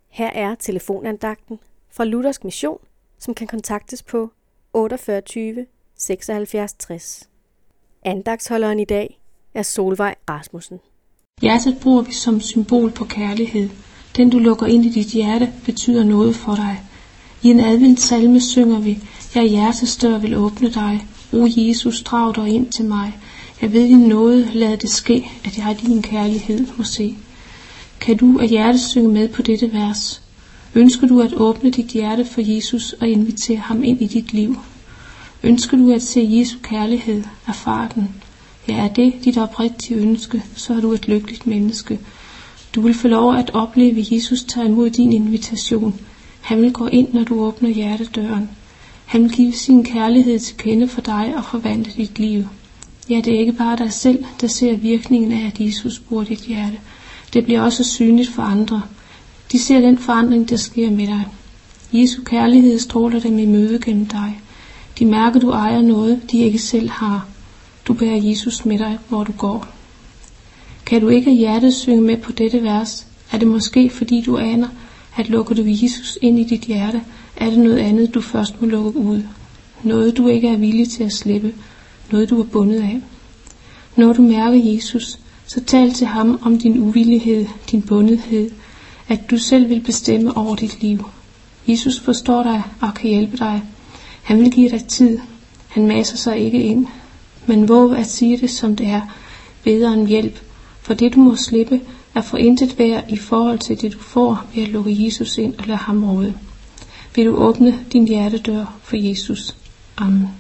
Her er telefonandagten fra Luthersk Mission, som kan kontaktes på 48 76 60. Andagtsholderen i dag er Solvej Rasmussen. Hjertet bruger vi som symbol på kærlighed. Den du lukker ind i dit hjerte betyder noget for dig. I en adventssalme synger vi: Jeg hjertets dør vil åbne dig. O Jesus, drag dig ind til mig. Jeg ved din nåde, lad det ske, at jeg din kærlighed må se. Kan du af hjertet synge med på dette vers? Ønsker du at åbne dit hjerte for Jesus og invitere ham ind i dit liv? Ønsker du at se Jesu kærlighed, erfare den? Ja, er det dit oprigtige ønske, så er du et lykkeligt menneske. Du vil få lov at opleve Jesus tage imod din invitation. Han vil gå ind, når du åbner hjertedøren. Han vil give sin kærlighed til kende for dig og forvandle dit liv. Ja, det er ikke bare dig selv, der ser virkningen af, at Jesus bruger dit hjerte. Det bliver også synligt for andre. De ser den forandring, der sker med dig. Jesu kærlighed stråler dem i møde gennem dig. De mærker, du ejer noget, de ikke selv har. Du bærer Jesus med dig, hvor du går. Kan du ikke af hjertet synge med på dette vers, er det måske fordi du aner, at lukker du Jesus ind i dit hjerte, er det noget andet, du først må lukke ud. Noget, du ikke er villig til at slippe. Noget, du er bundet af. Når du mærker Jesus, så tal til ham om din uvillighed, din bundethed, at du selv vil bestemme over dit liv. Jesus forstår dig og kan hjælpe dig. Han vil give dig tid. Han maser sig ikke ind. Men våg at sige det, som det er, bedre end hjælp. For det, du må slippe, er for intet værd i forhold til det, du får ved at lukke Jesus ind og lade ham råde. Vil du åbne din hjertedør for Jesus? Amen.